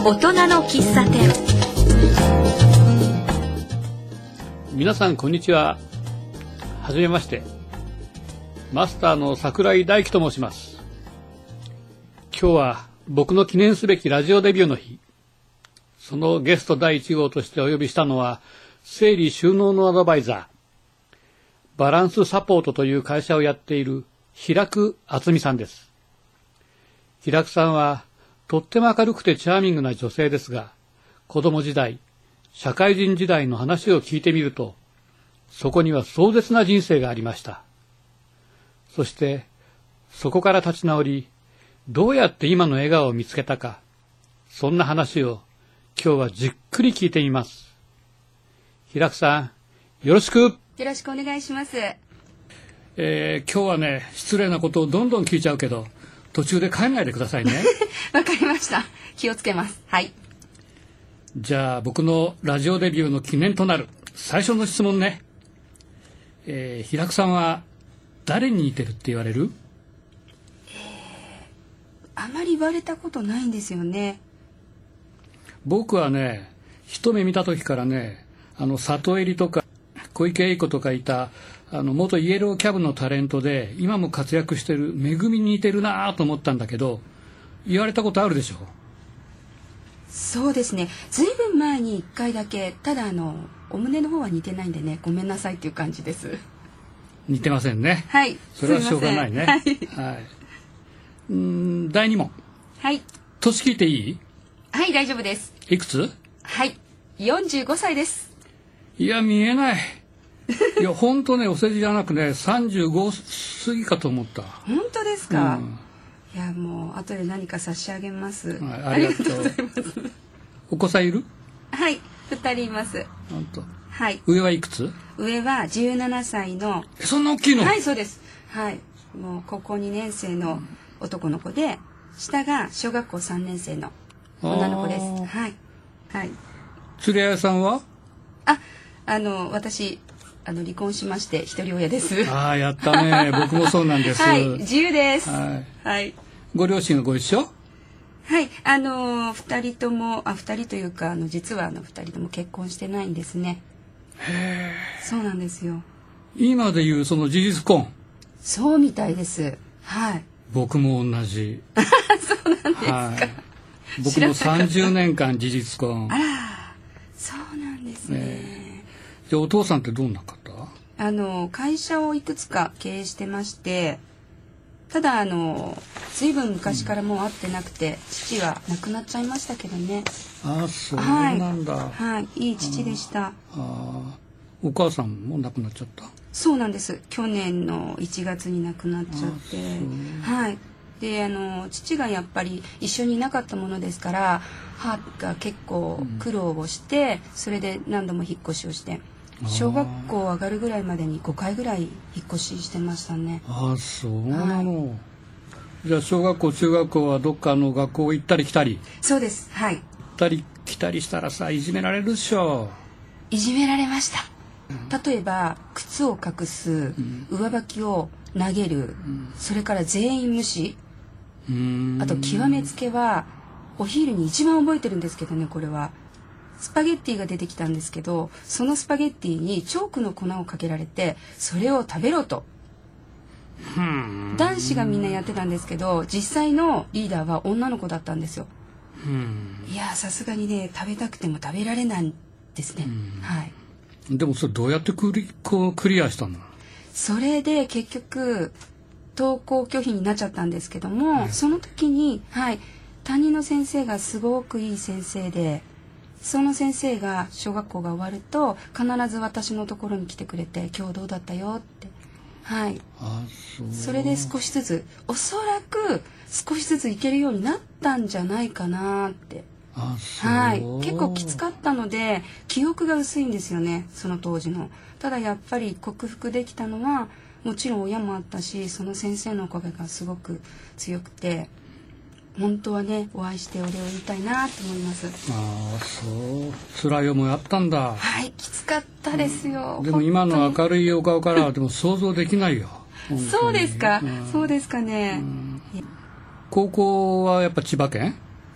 大人の喫茶店。 皆さんこんにちは。はじめまして。マスターの櫻井大樹と申します。今日は僕の記念すべきラジオデビューの日。そのゲスト第1号としてお呼びしたのは、整理収納のアドバイザー、バランスサポートという会社をやっている平久敦美さんです。平久さんはとっても明るくてチャーミングな女性ですが、子供時代、社会人時代の話を聞いてみると、そこには壮絶な人生がありました。そしてそこから立ち直り、どうやって今の笑顔を見つけたか、そんな話を今日はじっくり聞いてみます。平久さん、よろしく。 よろしくお願いします。 今日はね、失礼なことをどんどん聞いちゃうけど、途中で帰んないでくださいね。 わかりました。気をつけます。はい。 じゃあ僕のラジオデビューの記念となる最初の質問ね。平久さんは誰に似てるって言われる？ あまり言われたことないんですよね。 僕はね、一目見た時からね、里襟とか小池栄子とかいた元イエローキャブのタレントで今も活躍してるめぐみに似てるなと思ったんだけど、言われたことあるでしょ？ そうですね。ずいぶん前に1回だけ、ただお胸の方は似てないんでね、ごめんなさいっていう感じです。 似てませんね。 はい。 それはしょうがないね。 はい。 はい。第2問。 はい。 年聞いていい？ はい、大丈夫です。 いくつ？ はい。45歳です。 いや、見えない。いや、ほんとね、お世辞じゃなくね、35過ぎかと思った。 本当ですか？いや、もう後で何か差し上げます。 はい、ありがとうございます。お子さんいる？ はい、2人います。 本当。 はい。 上はいくつ？ 上は17歳の。 そんな大きいの？ はい、そうです。はい。もう高校2年生の男の子で、下が小学校3年生の女の子です。はい。はい。 釣り屋さんは？ 私離婚しまして一人親です。 ああ、やったね。僕もそうなんです。 はい、自由です。 はい。 はい。 ご両親がご一緒？ はい、2人とも2人というか実は2人とも結婚してないんですね。 へえ。 そうなんですよ。 今でいうその事実婚。 そうみたいです。はい。 僕も同じ。 そうなんですか。はい、 僕も30年間事実婚。 あら、そうなんですね。 じゃあお父さんってどんな方？ 会社をいくつか経営してまして、ただ随分昔からもう会ってなくて、父は亡くなっちゃいましたけどね。 ああ、そうなんだ。 はい、いい父でした。 ああ、お母さんも亡くなっちゃった？そうなんです。去年の1月に亡くなっちゃって、はい。で父がやっぱり一緒にいなかったものですから、母が結構苦労をして、それで何度も引っ越しをして、小学校上がるぐらいまでに5回ぐらい引っ越ししてましたね。 ああ、そうなの。はい、じゃあ小学校中学校はどっかの学校行ったり来たり？そうです。はい。行ったり来たりしたらさ、いじめられるでしょ？ いじめられました。例えば靴を隠す、上履きを投げる、それから全員無視、あと極めつけはお昼に一番覚えてるんですけどね、これはスパゲッティが出てきたんですけど、そのスパゲッティにチョークの粉をかけられて、それを食べろと。男子がみんなやってたんですけど、実際のリーダーは女の子だったんですよ。いや、さすがにね、食べたくても食べられないんですね。はい。 でもそれどうやってクリアしたの？ それで結局登校拒否になっちゃったんですけども、その時に、はい、担任の先生がすごくいい先生で、その先生が小学校が終わると必ず私のところに来てくれて、今日どうだったよって、はい。それで少しずつ、おそらく少しずついけるようになったんじゃないかなって。はい、結構きつかったので記憶が薄いんですよね、その当時の。ただやっぱり克服できたのはもちろん親もあったし、その先生のおかげがすごく強くて、本当はね、お会いしてお礼を言いたいなと思います。 ああ、そう。辛い思いあったんだ。 はい、きつかったですよ。 でも今の明るいお顔からはでも想像できないよ。 そうですか、そうですかね。 高校はやっぱ千葉県？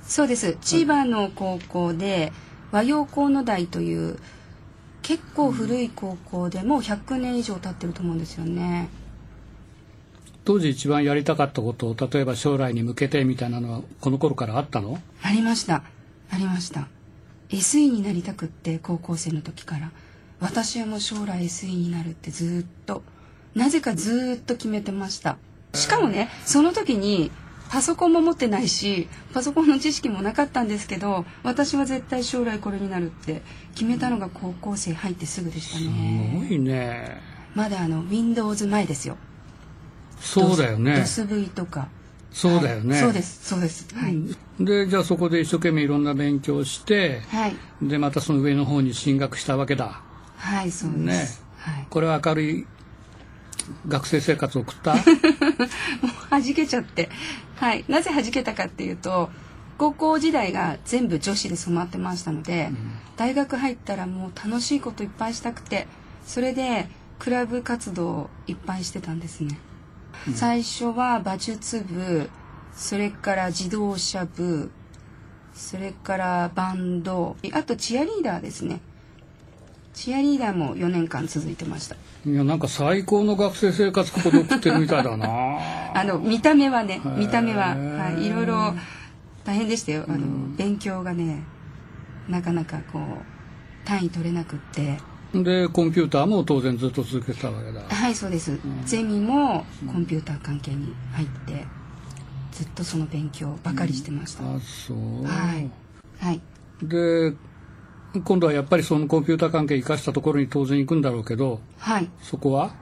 そうです。千葉の高校で和洋高野台という結構古い高校でもう100年以上経ってると思うんですよね。 当時一番やりたかったことを、例えば将来に向けてみたいなのはこの頃からあったの？ ありました。ありました。SE になりたくって、高校生の時から。私はもう将来 SE になるってずっと、なぜかずっと決めてました。しかもね、その時にパソコンも持ってないし、パソコンの知識もなかったんですけど、私は絶対将来これになるって決めたのが高校生入ってすぐでしたね。 すごいね。 まだWindows 前ですよ。 そうだよね。 DOSV とか。 そうだよね。 はい、そうです、そうです。はい。 で、じゃあそこで一生懸命いろんな勉強して、 はい。 で、またその上の方に進学したわけだ。 はい、そうです。ね。はい。 これは明るい学生生活を送った？もう弾けちゃって。はい。なぜ弾けたかっていうと、高校時代が全部女子で染まってましたので、大学入ったらもう楽しいこといっぱいしたくて、それでクラブ活動をいっぱいしてたんですね。最初は馬術部、それから自動車部、それからバンド、あとチアリーダーですね。チアリーダーも4年間続いてました。 いや、なんか最高の学生生活ここで送ってるみたいだな。 見た目はね、見た目は、はい、いろいろ大変でしたよ。勉強がね、なかなかこう単位取れなくって。 でコンピューターも当然ずっと続けてたわけだ。 はい、そうです。ゼミもコンピューター関係に入って、ずっとその勉強ばかりしてました。 あ、そう。 はい。はい。 で今度はやっぱりそのコンピューター関係生かしたところに当然行くんだろうけど、 はい。 そこは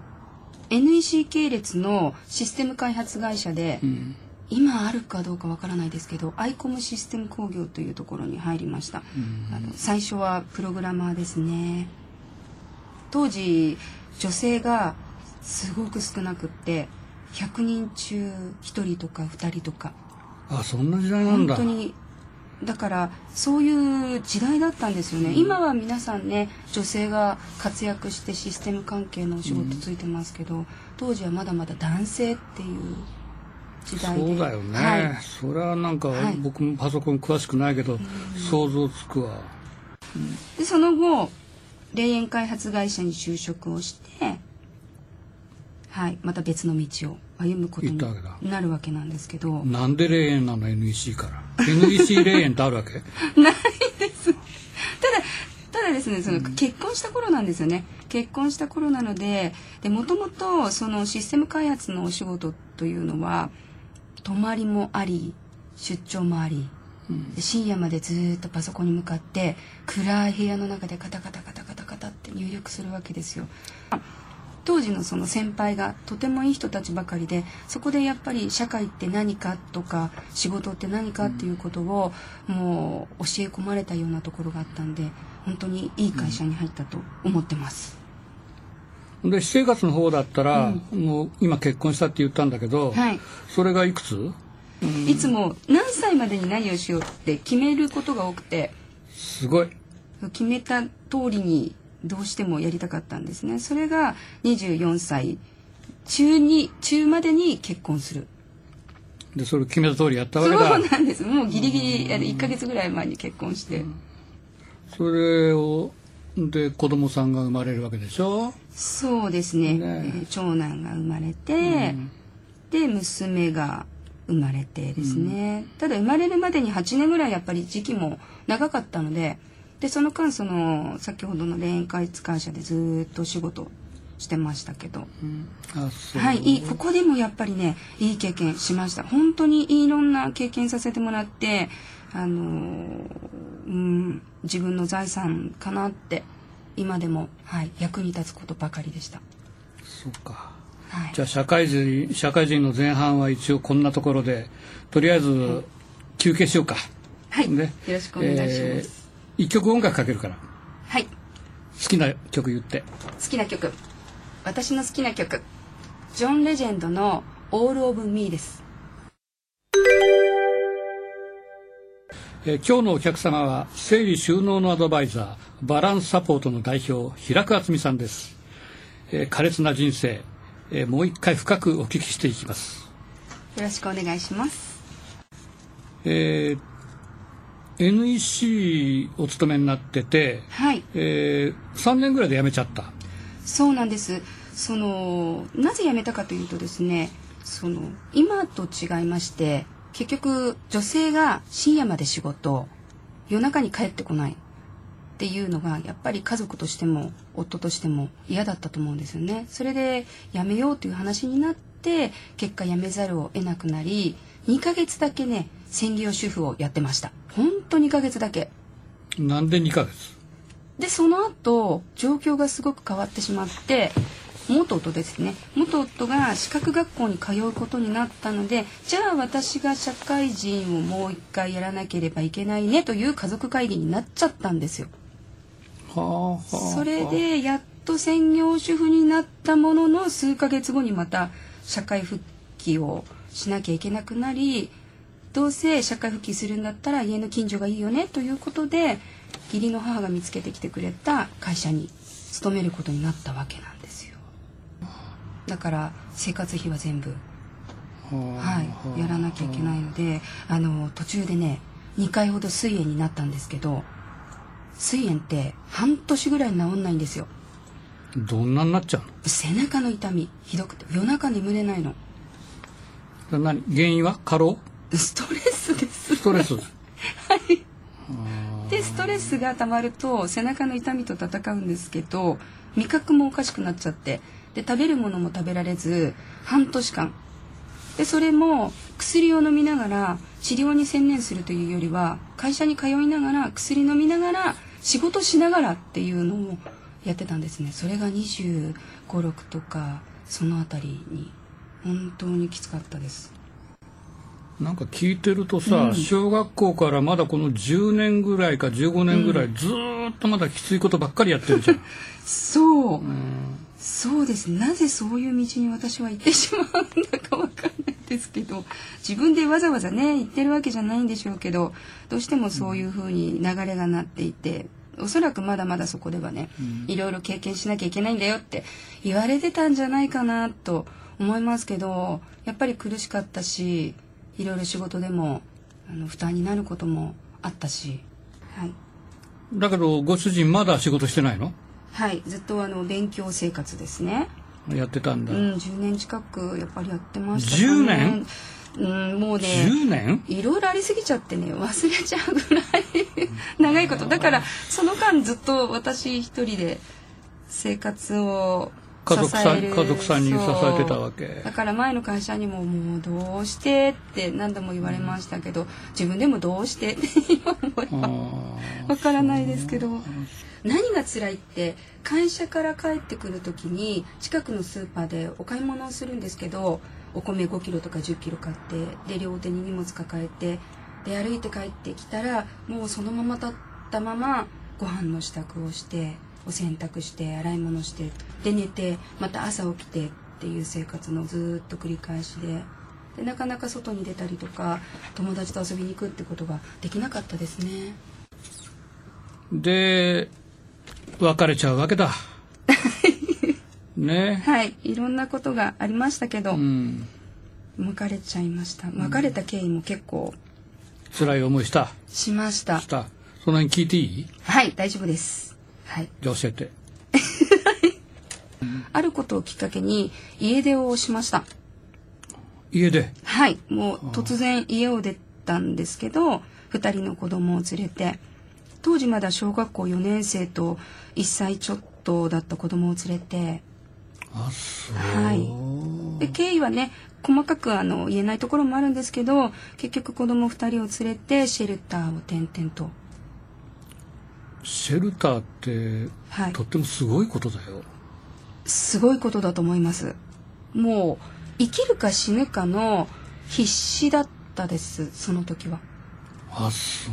NEC 系列のシステム開発会社で、今あるかどうかわからないですけど、アイコムシステム工業というところに入りました。最初はプログラマーですね。当時女性がすごく少なくって100人中1人とか2人とか。 あ、そんな時代なんだ。 本当にだからそういう時代だったんですよね。今は皆さんね、女性が活躍してシステム関係のお仕事ついてますけど、当時はまだまだ男性っていう時代で。 そうだよね、 はい、 それはなんか、僕もパソコン詳しくないけど、想像つくわ。 でその後霊園開発会社に就職をして、はい、また別の道を歩むことになるわけなんですけど。 なんで霊園なの？ NEC から NEC 霊園ってあるわけ？ ないです。ただですね、その結婚した頃なんですよね。結婚した頃なので、もともとそのシステム開発のお仕事というのは泊まりもあり出張もあり、深夜までずっとパソコンに向かって暗い部屋の中でカタカタカタカタカタって入力するわけですよ。当時のその先輩がとてもいい人たちばかりで、そこでやっぱり社会って何かとか仕事って何かっていうことをもう教え込まれたようなところがあったんで、本当にいい会社に入ったと思ってます。 で私生活の方だったら、もう今結婚したって言ったんだけど、 はい、 それがいくつ？ いつも何歳までに何をしようって決めることが多くて、 すごい決めた通りにどうしてもやりたかったんですね。それが24歳中までに結婚する。 でそれ決めた通りやったわけだ。 そうなんです。もうギリギリ1ヶ月ぐらい前に結婚して、 それをで子供さんが生まれるわけでしょ。 そうですね、長男が生まれて、で娘が生まれてですね、ただ生まれるまでに8年ぐらいやっぱり時期も長かったので、その間その先ほどの霊園開発会社でずっと仕事してましたけど、 あ、そう。 はい、ここでもやっぱりね、いい経験しました。本当にいろんな経験させてもらって、自分の財産かなって今でも、はい、役に立つことばかりでした。 そうか、 はい、 じゃあ社会人の前半は一応こんなところでとりあえず休憩しようか。 はい、ね、よろしくお願いします。 一曲音楽かけるから、 はい、 好きな曲言って。 好きな曲、私の好きな曲、ジョン・レジェンドの「オール・オブ・ミー」です。 今日のお客様は整理収納のアドバイザー、バランスサポートの代表、平久渥美さんです。苛烈な人生、もう一回深くお聞きしていきます。 よろしくお願いします。 NEC お勤めになってて、 はい、 3年ぐらいで辞めちゃった。 そうなんです。なぜ辞めたかというとですね、今と違いまして、結局女性が深夜まで仕事、夜中に帰ってこないっていうのがやっぱり家族としても夫としても嫌だったと思うんですよね。それで辞めようという話になって、結果辞めざるを得なくなり、2ヶ月だけね、専業主婦をやってました。ほんと2ヶ月だけ。 なんで2ヶ月？ でその後状況がすごく変わってしまって、元夫ですね、元夫が資格学校に通うことになったので、じゃあ私が社会人をもう一回やらなければいけないねという家族会議になっちゃったんですよ。それでやっと専業主婦になったものの、数ヶ月後にまた社会復帰をしなきゃいけなくなり、どうせ社会復帰するんだったら家の近所がいいよねということで、義理の母が見つけてきてくれた会社に勤めることになったわけなんですよ。だから生活費は全部、やらなきゃいけないので、途中でね2回ほど膵炎になったんですけど、膵炎って半年ぐらい治んないんですよ。 どんなになっちゃうの？ 背中の痛みひどくて夜中眠れないの。 原因は過労？ ストレスです。 ストレス。 はい。でストレスがたまると背中の痛みと戦うんですけど、味覚もおかしくなっちゃって、で食べるものも食べられず半年間で、それも薬を飲みながら治療に専念するというよりは、会社に通いながら薬飲みながら仕事しながらっていうのをやってたんですね。それが25、6とかそのあたりに本当にきつかったです。 なんか聞いてるとさ、小学校からまだこの10年ぐらいか15年ぐらい、ずーっとまだきついことばっかりやってるじゃん。 そう、そうです。なぜそういう道に私は行ってしまうんだかわかんないですけど、自分でわざわざね言ってるわけじゃないんでしょうけど、どうしてもそういう風に流れがなっていて、おそらくまだまだそこではね、いろいろ経験しなきゃいけないんだよって言われてたんじゃないかなと思いますけど、やっぱり苦しかったし、いろいろ仕事でも負担になることもあったし、はい。 だけどご主人まだ仕事してないの？ はい、ずっと勉強生活ですね。 やってたんだ。 10年近くやっぱりやってました 10年？ もうね、 10年？ いろいろありすぎちゃってね、忘れちゃうぐらい長いこと。だからその間ずっと私一人で生活を支える、 家族さんに支えてたわけ。 だから前の会社にももうどうしてって何度も言われましたけど、自分でもどうしてって今思えばわからないですけど、何が辛いって、会社から帰ってくる時に近くのスーパーでお買い物をするんですけど、お米5キロとか10キロ買って、で両手に荷物抱えて、で歩いて帰ってきたらもうそのまま立ったままご飯の支度をして、お洗濯して洗い物してで寝て、また朝起きてっていう生活のずっと繰り返しで、なかなか外に出たりとか友達と遊びに行くってことができなかったですね。 で別れちゃうわけだね。 はい、いろんなことがありましたけど、別れちゃいました。別れた経緯も結構辛い思いしました。 その辺聞いていい？ はい、大丈夫です。はい、 じゃあ教えて。 あることをきっかけに家出をしました。 家出？ はい、もう突然家を出たんですけど、2人の子供を連れて、当時まだ小学校4年生と1歳ちょっとだった子供を連れて。 あ、そう。 はい。で経緯はね細かく言えないところもあるんですけど、結局子供2人を連れてシェルターを転々と。 シェルターって、はい、とってもすごいことだよ。 すごいことだと思います。もう生きるか死ぬかの必死だったです、その時は。 あ、そう、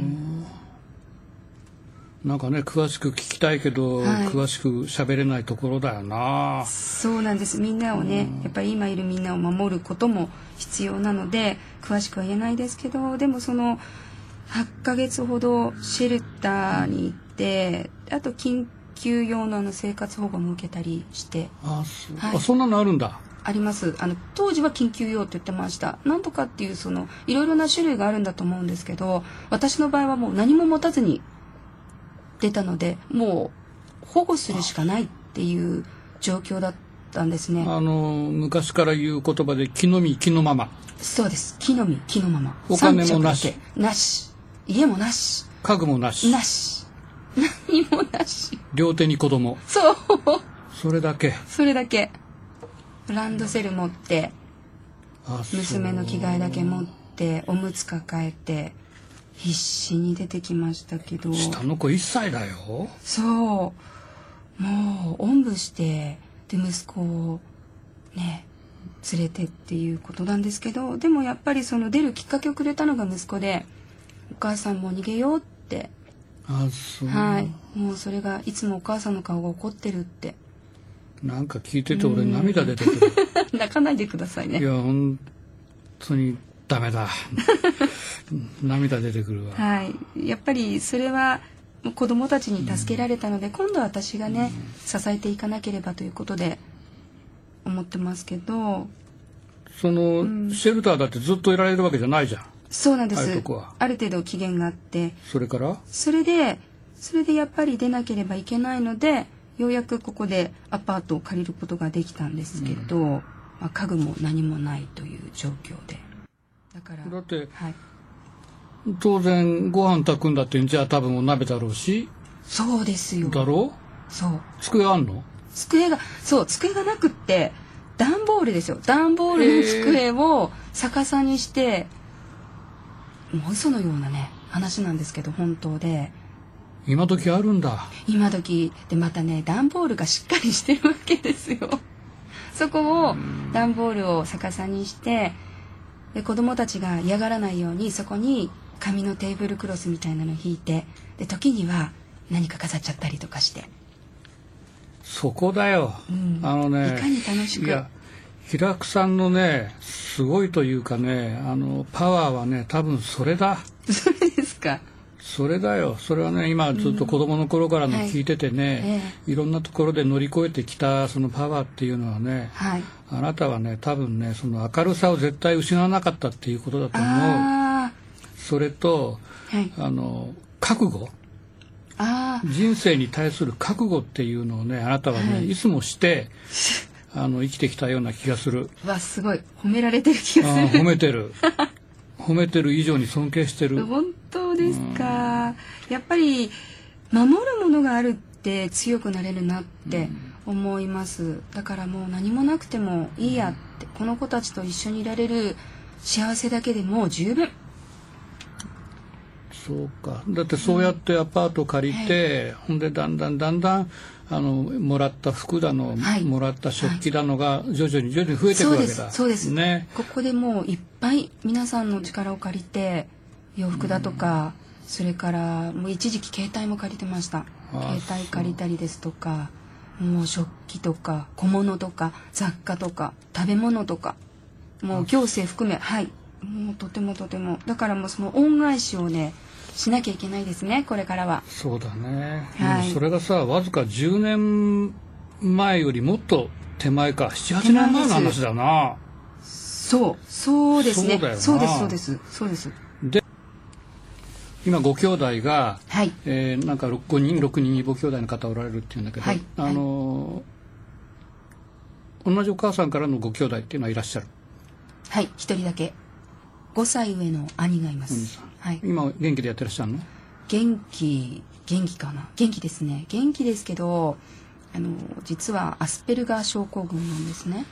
なんかね詳しく聞きたいけど、詳しく喋れないところだよな。 そうなんです。みんなをね、やっぱり今いるみんなを守ることも必要なので詳しくは言えないですけど、でもその8ヶ月ほどシェルターに行って、あと緊急用の生活保護も受けたりして。 そんなのあるんだ。 あります。当時は緊急用って言ってました。なんとかっていういろいろな種類があるんだと思うんですけど、私の場合はもう何も持たずに出たので、もう保護するしかないっていう状況だったんですね。 昔から言う言葉で気の身気のまま。 そうです。気の身気のまま。 お金もなし。 なし。家もなし。 家具もなし。 なし。何もなし。 両手に子供。 そう。 それだけ。 それだけ。ランドセル持って、娘の着替えだけ持って、おむつ抱えて、必死に出てきましたけど。 下の子1歳だよ。 そう。もう、おんぶして、で、息子をね、連れてっていうことなんですけど、でもやっぱり出るきっかけをくれたのが息子で、お母さんも逃げようって。 そう。 はい。もうそれがいつもお母さんの顔が怒ってるって。 なんか聞いてて俺涙出てくる。 泣かないでくださいね。 いや本当にダメだ。涙出てくるわ。 はい。やっぱりそれは子供たちに助けられたので、今度は私がね、支えていかなければということで思ってますけど。 シェルターだってずっといられるわけじゃないじゃん。 そうなんです。 あある程度期限があって。 それからそれでやっぱり出なければいけないので、ようやくここでアパートを借りることができたんですけど、家具も何もないという状況で。だって、 はい、 当然ご飯炊くんだってじゃあ多分お鍋だろうし。 そうですよ。 だろう。 そう。 机あんの？ 机がなくって、段ボールですよ。段ボールの机を逆さにして、もう嘘のようなね話なんですけど本当で。 今時あるんだ。 今時でまたね、段ボールがしっかりしてるわけですよ。そこを段ボールを逆さにして、で子供たちが嫌がらないようにそこに紙のテーブルクロスみたいなのを引いて、で時には何か飾っちゃったりとかして。 そこだよ。 いかに楽しく。 いや平久さんのねすごいというかね、パワーはね多分それだ。 それですか。 それだよ。それはね今ずっと子供の頃からの聞いててね、いろんなところで乗り越えてきたそのパワーっていうのはね、あなたはね多分ねその明るさを絶対失わなかったっていうことだと思う。それと、覚悟、人生に対する覚悟っていうのをねあなたはね、いつもして生きてきたような気がする。 わ、すごい褒められてる気がする。 褒めてる。褒めてる以上に尊敬してる。 本当ですか。やっぱり守るものがあるって強くなれるなって思います。だからもう何もなくてもいいやって、この子たちと一緒にいられる幸せだけでもう十分。 そうか。だってそうやってアパート借りて、ほんでだんだんもらった服だの、もらった食器だのが徐々に増えていくわけだ。 そうですね。 ここでもういっぱい皆さんの力を借りて、洋服だとか、それからもう一時期携帯も借りてました。携帯借りたりですとか、もう食器とか小物とか雑貨とか食べ物とか、もう行政含め、もうとてもだからもうその恩返しをねしなきゃいけないですね、これからは。 そうだね。それがさ、わずか10年前よりもっと手前か、7、8年前の話だな。 そうですね。そうです。 で、今ご兄弟が、なんか6人義母兄弟の方おられるっていうんだけど、同じお母さんからのご兄弟っていうのはいらっしゃる？ はい、一人だけ。5歳上の兄がいます。 今元気でやってらっしゃるの？ 元気かな。元気ですね。元気ですけど、実はアスペルガー症候群なんですね。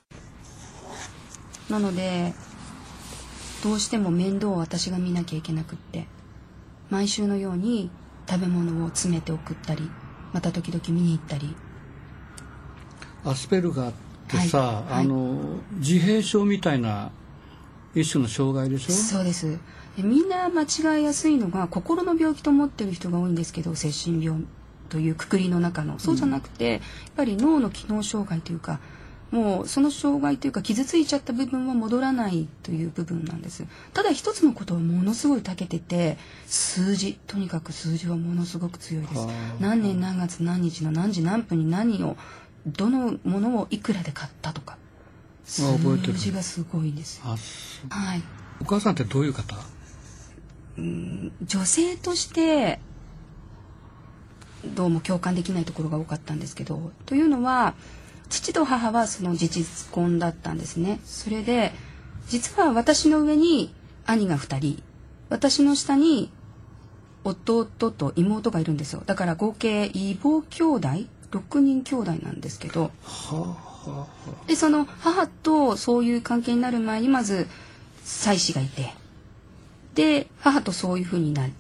なのでどうしても面倒を私が見なきゃいけなくって、毎週のように食べ物を詰めて送ったり、また時々見に行ったり。 アスペルガーってさ、自閉症みたいな一種の障害でしょ？そうです。みんな間違いやすいのが心の病気と思ってる人が多いんですけど、精神病というくくりの中の、そうじゃなくて、やっぱり脳の機能障害というか、もうその障害というか傷ついちゃった部分は戻らないという部分なんです。ただ一つのことはものすごい長けてて、とにかく数字はものすごく強いです。何年何月何日の何時何分に何を、どのものをいくらで買ったとか、 覚えてる。 数字がすごいんですよ。はい。 お母さんってどういう方？ 女性としてどうも共感できないところが多かったんですけど、というのは父と母はその事実婚だったんですね。それで実は私の上に兄が2人、私の下に弟と妹がいるんですよ。だから合計異母兄弟6人兄弟なんですけど、でその母とそういう関係になる前にまず妻子がいて、で母とそういう風になって、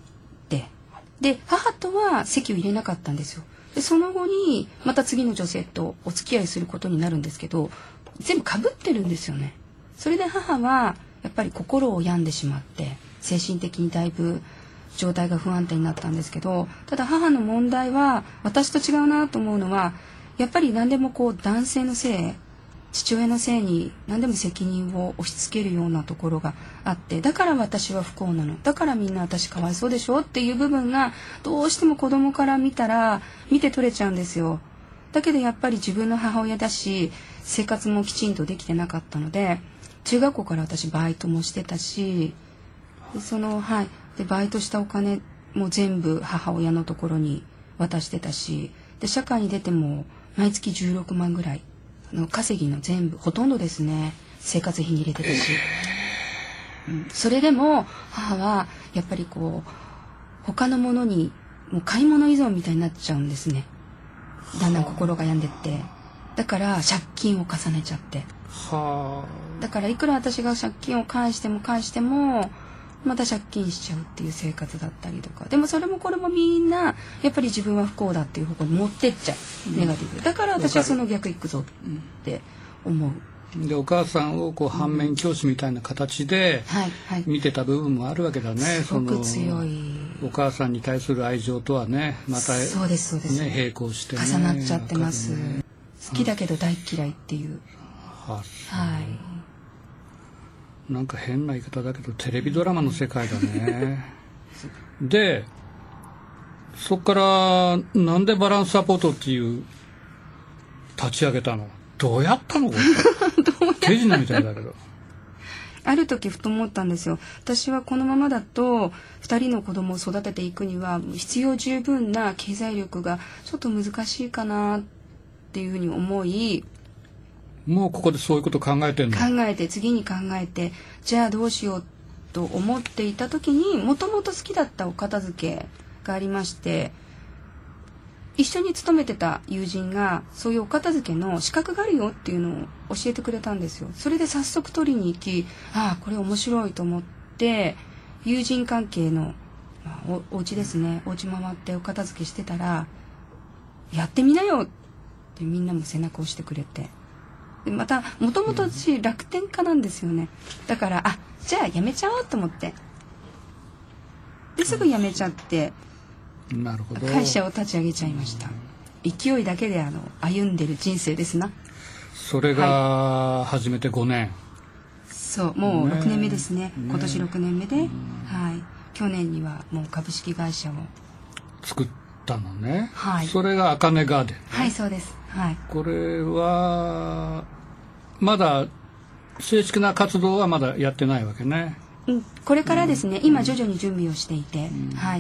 で母とは籍を入れなかったんですよ。でその後にまた次の女性とお付き合いすることになるんですけど、全部被ってるんですよね。それで母はやっぱり心を病んでしまって精神的にだいぶ状態が不安定になったんですけど、ただ母の問題は私と違うなと思うのは、やっぱり何でもこう男性のせい、父親のせいに何でも責任を押し付けるようなところがあって、だから私は不幸なの、だからみんな私かわいそうでしょっていう部分がどうしても子供から見たら見て取れちゃうんですよ。だけどやっぱり自分の母親だし生活もきちんとできてなかったので、中学校から私バイトもしてたし、でバイトしたお金も全部母親のところに渡してたし、で社会に出ても毎月16万ぐらい稼ぎの全部ほとんどですね、生活費に入れてたし、それでも母はやっぱりこう他のものにもう買い物依存みたいになっちゃうんですね。だんだん心が病んでって、だから借金を重ねちゃって、だからいくら私が借金を返してもまた借金しちゃうっていう生活だったりとか、でもそれもこれもみんなやっぱり自分は不幸だっていう方向に持ってっちゃう、ネガティブだから私はその逆行くぞって思う。 でお母さんをこう反面教師みたいな形で見てた部分もあるわけだね。 すごく強い。 お母さんに対する愛情とはねまたそうです並行してね重なっちゃってます、好きだけど大嫌いっていう、 なんか変な言い方だけどテレビドラマの世界だねでそっからなんでバランスサポートっていう立ち上げたの？どうやったの？手品みたいだけどある時ふと思ったんですよ。私はこのままだと2人の子供を育てていくには必要十分な経済力がちょっと難しいかなっていうふうに思い、 もうここでそういうこと考えてんの？ 次に考えて、じゃあどうしようと思っていた時に、もともと好きだったお片付けがありまして、一緒に勤めてた友人がそういうお片付けの資格があるよっていうのを教えてくれたんですよ。それで早速取りに行き、これ面白いと思って、友人関係の、お家ですね、お家回ってお片付けしてたら、やってみなよってみんなも背中を押してくれて、またもともと私楽天家なんですよね。だからじゃあやめちゃおうと思って、ですぐやめちゃって、 なるほど、 会社を立ち上げちゃいました。勢いだけで歩んでる人生ですな。 それが始めて5年、 そうもう6年目ですね。今年6年目で、去年にはもう株式会社を作ったのね。それがあかねガーデン、 はいそうです。 これはまだ正式な活動はまだやってないわけね。 これからですね、今徐々に準備をしていて、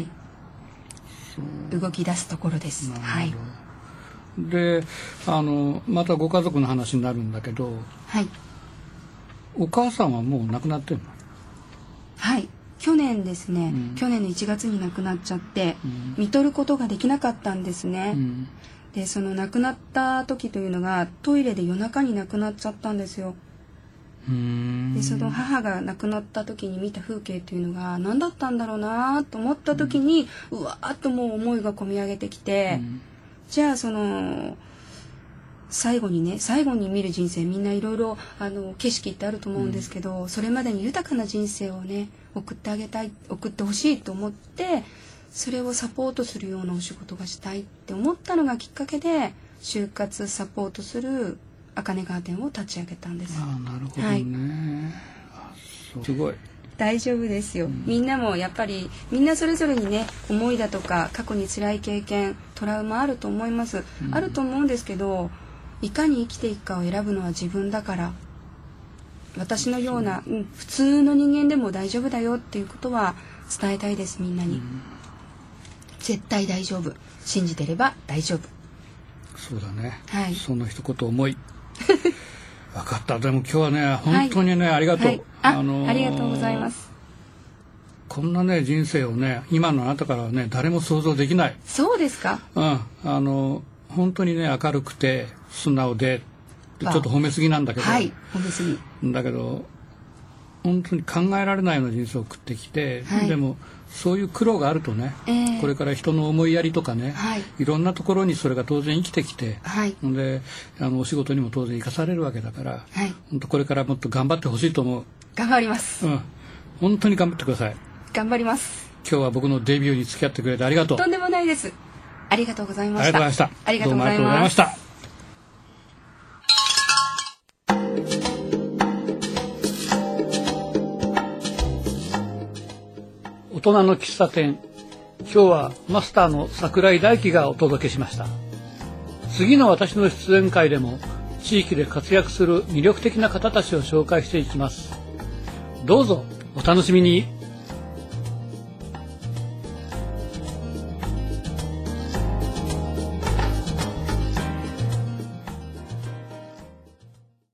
動き出すところです。 でまたご家族の話になるんだけど、お母さんはもう亡くなってんの？ 去年ですね、去年の1月に亡くなっちゃって、看取ることができなかったんですね。でその亡くなった時というのがトイレで夜中に亡くなっちゃったんですよ。でその母が亡くなった時に見た風景というのが何だったんだろうなと思った時に、うわーっともう思いがこみ上げてきて、じゃあその最後に見る人生、みんないろいろ景色ってあると思うんですけど、それまでに豊かな人生をね送ってほしいと思って、それをサポートするようなお仕事がしたいって思ったのがきっかけで、就活サポートするあかねガーデンを立ち上げたんです。 なるほどね、すごい大丈夫ですよ、みんなもやっぱりみんなそれぞれにね思いだとか過去に辛い経験トラウマあると思います、あると思うんですけど、いかに生きていくかを選ぶのは自分だから、 私のような、普通の人間でも大丈夫だよっていうことは伝えたいです、みんなに。絶対大丈夫、信じてれば大丈夫。 そうだね、 はい、 その一言思い分かった。でも今日はね本当にね、ありがとう、 はい、ありがとうございます。 こんなね人生をね今のあなたからはね誰も想像できない。 そうですか。 本当にね明るくて素直でちょっと褒めすぎなんだけど、 はい、褒めすぎだけど本当に考えられないような人生を送ってきて、 はい、 でもそういう苦労があるとね、これから人の思いやりとかね、 はい、 いろんなところにそれが当然生きてきて、 はい、 でお仕事にも当然生かされるわけだから、 はい、 本当これからもっと頑張ってほしいと思う。 頑張ります、 本当に頑張ってください。 頑張ります。 今日は僕のデビューに付き合ってくれてありがとう。 とんでもないです。ありがとうございました。 ありがとうございました。 ありがとうございます。 どうもありがとうございました。大人の喫茶店、今日はマスターの櫻井大樹がお届けしました。次の私の出演会でも地域で活躍する魅力的な方たちを紹介していきます。どうぞお楽しみに。